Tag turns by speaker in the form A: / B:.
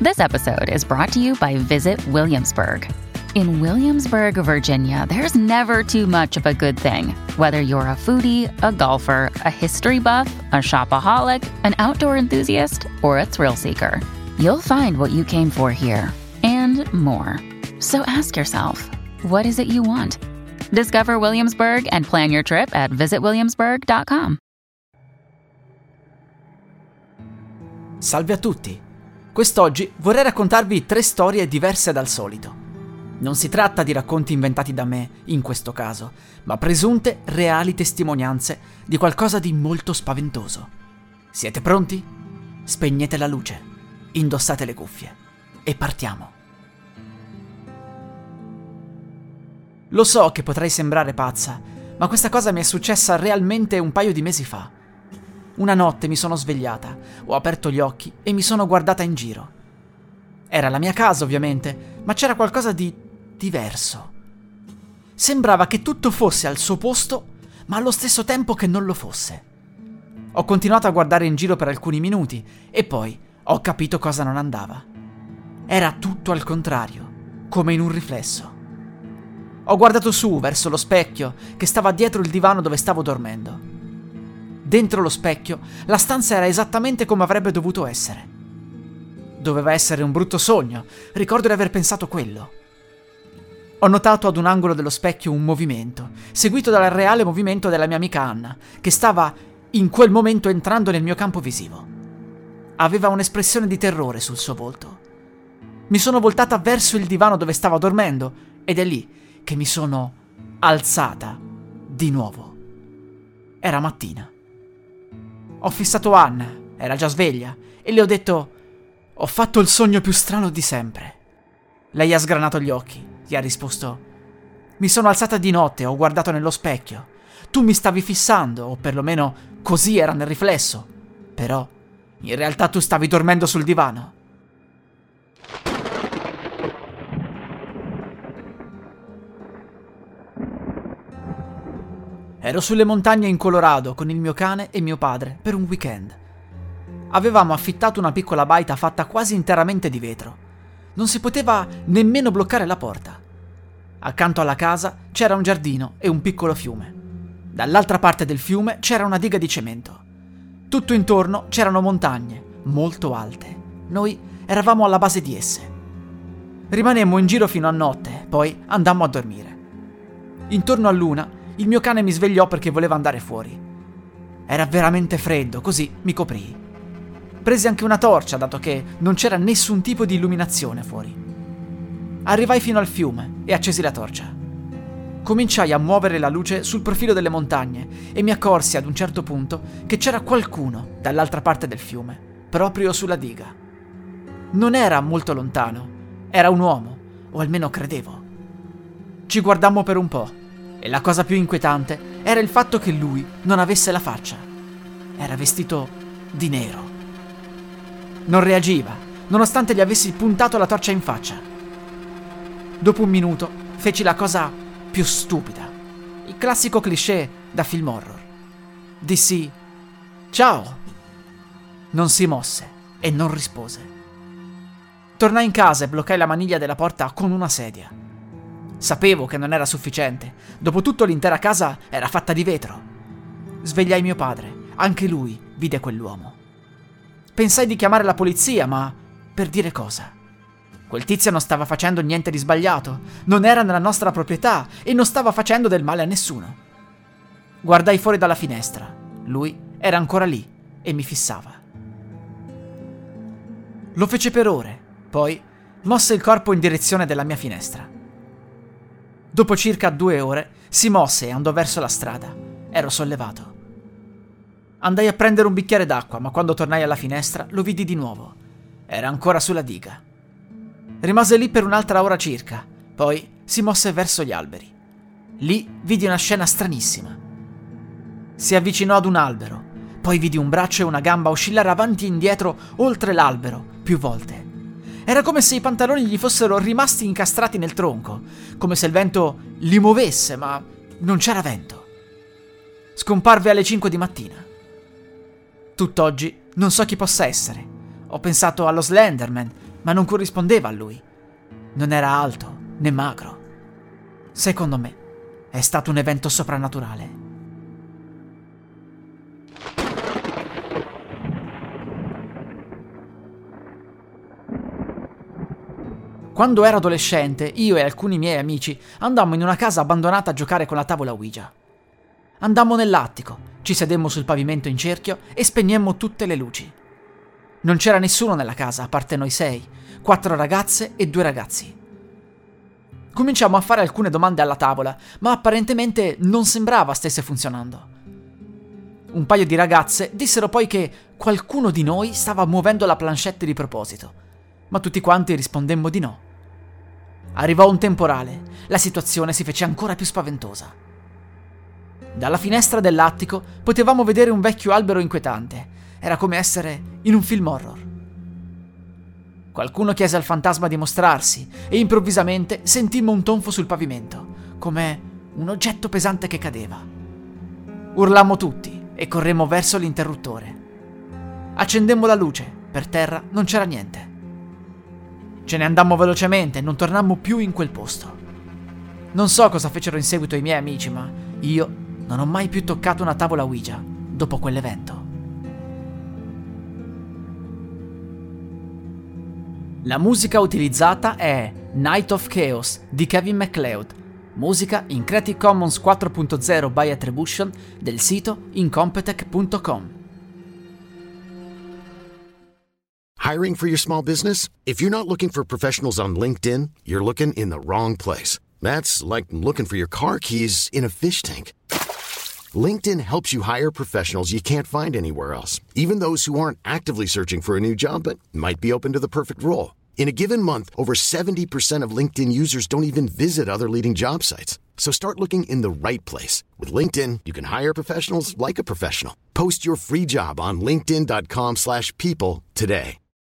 A: This episode is brought to you by Visit Williamsburg. In Williamsburg, Virginia, there's never too much of a good thing. Whether you're a foodie, a golfer, a history buff, a shopaholic, an outdoor enthusiast, or a thrill seeker, you'll find what you came for here and more. So ask yourself, what is it you want? Discover Williamsburg and plan your trip at visitwilliamsburg.com.
B: Salve a tutti! Quest'oggi vorrei raccontarvi 3 storie diverse dal solito. Non si tratta di racconti inventati da me, in questo caso, ma presunte reali testimonianze di qualcosa di molto spaventoso. Siete pronti? Spegnete la luce, indossate le cuffie e partiamo. Lo so che potrei sembrare pazza, ma questa cosa mi è successa realmente un paio di mesi fa. Una notte mi sono svegliata, ho aperto gli occhi e mi sono guardata in giro. Era la mia casa, ovviamente, ma c'era qualcosa di diverso. Sembrava che tutto fosse al suo posto, ma allo stesso tempo che non lo fosse. Ho continuato a guardare in giro per alcuni minuti e poi ho capito cosa non andava. Era tutto al contrario, come in un riflesso. Ho guardato su, verso lo specchio, che stava dietro il divano dove stavo dormendo. Dentro lo specchio, la stanza era esattamente come avrebbe dovuto essere. Doveva essere un brutto sogno, ricordo di aver pensato quello. Ho notato ad un angolo dello specchio un movimento, seguito dal reale movimento della mia amica Anna, che stava in quel momento entrando nel mio campo visivo. Aveva un'espressione di terrore sul suo volto. Mi sono voltata verso il divano dove stavo dormendo ed è lì che mi sono alzata di nuovo. Era mattina. Ho fissato Anna, era già sveglia, e le ho detto: «Ho fatto il sogno più strano di sempre». Lei ha sgranato gli occhi, gli ha risposto: «Mi sono alzata di notte, ho guardato nello specchio. Tu mi stavi fissando, o perlomeno così era nel riflesso. Però, in realtà tu stavi dormendo sul divano». Ero sulle montagne in Colorado con il mio cane e mio padre per un weekend. Avevamo affittato una piccola baita fatta quasi interamente di vetro. Non si poteva nemmeno bloccare la porta. Accanto alla casa c'era un giardino e un piccolo fiume. Dall'altra parte del fiume c'era una diga di cemento. Tutto intorno c'erano montagne, molto alte. Noi eravamo alla base di esse. Rimanemmo in giro fino a notte, poi andammo a dormire. Intorno all'1 il mio cane mi svegliò perché voleva andare fuori. Era veramente freddo, così mi coprii. Presi anche una torcia, dato che non c'era nessun tipo di illuminazione fuori. Arrivai fino al fiume e accesi la torcia. Cominciai a muovere la luce sul profilo delle montagne e mi accorsi ad un certo punto che c'era qualcuno dall'altra parte del fiume, proprio sulla diga. Non era molto lontano, era un uomo, o almeno credevo. Ci guardammo per un po'. E la cosa più inquietante era il fatto che lui non avesse la faccia. Era vestito di nero. Non reagiva, nonostante gli avessi puntato la torcia in faccia. Dopo un minuto feci la cosa più stupida. Il classico cliché da film horror. Dissi: «Ciao!» Non si mosse e non rispose. Tornai in casa e bloccai la maniglia della porta con una sedia. Sapevo che non era sufficiente. Dopotutto l'intera casa era fatta di vetro. Svegliai mio padre. Anche lui vide quell'uomo. Pensai di chiamare la polizia, ma per dire cosa? Quel tizio non stava facendo niente di sbagliato. Non era nella nostra proprietà e non stava facendo del male a nessuno. Guardai fuori dalla finestra. Lui era ancora lì e mi fissava. Lo fece per ore. Poi mosse il corpo in direzione della mia finestra. Dopo circa 2 ore si mosse e andò verso la strada. Ero sollevato. Andai a prendere un bicchiere d'acqua, ma quando tornai alla finestra lo vidi di nuovo. Era ancora sulla diga. Rimase lì per un'altra ora circa, poi si mosse verso gli alberi. Lì vidi una scena stranissima. Si avvicinò ad un albero, poi vidi un braccio e una gamba oscillare avanti e indietro oltre l'albero più volte. Era come se i pantaloni gli fossero rimasti incastrati nel tronco, come se il vento li muovesse, ma non c'era vento. Scomparve alle 5 di mattina. Tutt'oggi non so chi possa essere. Ho pensato allo Slenderman, ma non corrispondeva a lui. Non era alto né magro. Secondo me è stato un evento soprannaturale. Quando ero adolescente, io e alcuni miei amici andammo in una casa abbandonata a giocare con la tavola Ouija. Andammo nell'attico, ci sedemmo sul pavimento in cerchio e spegnemmo tutte le luci. Non c'era nessuno nella casa, a parte noi 6, 4 ragazze e 2 ragazzi. Cominciamo a fare alcune domande alla tavola, ma apparentemente non sembrava stesse funzionando. Un paio di ragazze dissero poi che qualcuno di noi stava muovendo la planchette di proposito, ma tutti quanti rispondemmo di no. Arrivò un temporale, la situazione si fece ancora più spaventosa. Dalla finestra dell'attico potevamo vedere un vecchio albero inquietante, era come essere in un film horror. Qualcuno chiese al fantasma di mostrarsi e improvvisamente sentimmo un tonfo sul pavimento, come un oggetto pesante che cadeva. Urlammo tutti e corremmo verso l'interruttore. Accendemmo la luce, per terra non c'era niente. Ce ne andammo velocemente e non tornammo più in quel posto. Non so cosa fecero in seguito i miei amici, ma io non ho mai più toccato una tavola Ouija dopo quell'evento. La musica utilizzata è Night of Chaos di Kevin MacLeod, musica in Creative Commons 4.0 by Attribution del sito incompetech.com.
C: Hiring for your small business? If you're not looking for professionals on LinkedIn, you're looking in the wrong place. That's like looking for your car keys in a fish tank. LinkedIn helps you hire professionals you can't find anywhere else, even those who aren't actively searching for a new job but might be open to the perfect role. In a given month, over 70% of LinkedIn users don't even visit other leading job sites. So start looking in the right place. With LinkedIn, you can hire professionals like a professional. Post your free job on linkedin.com/people today.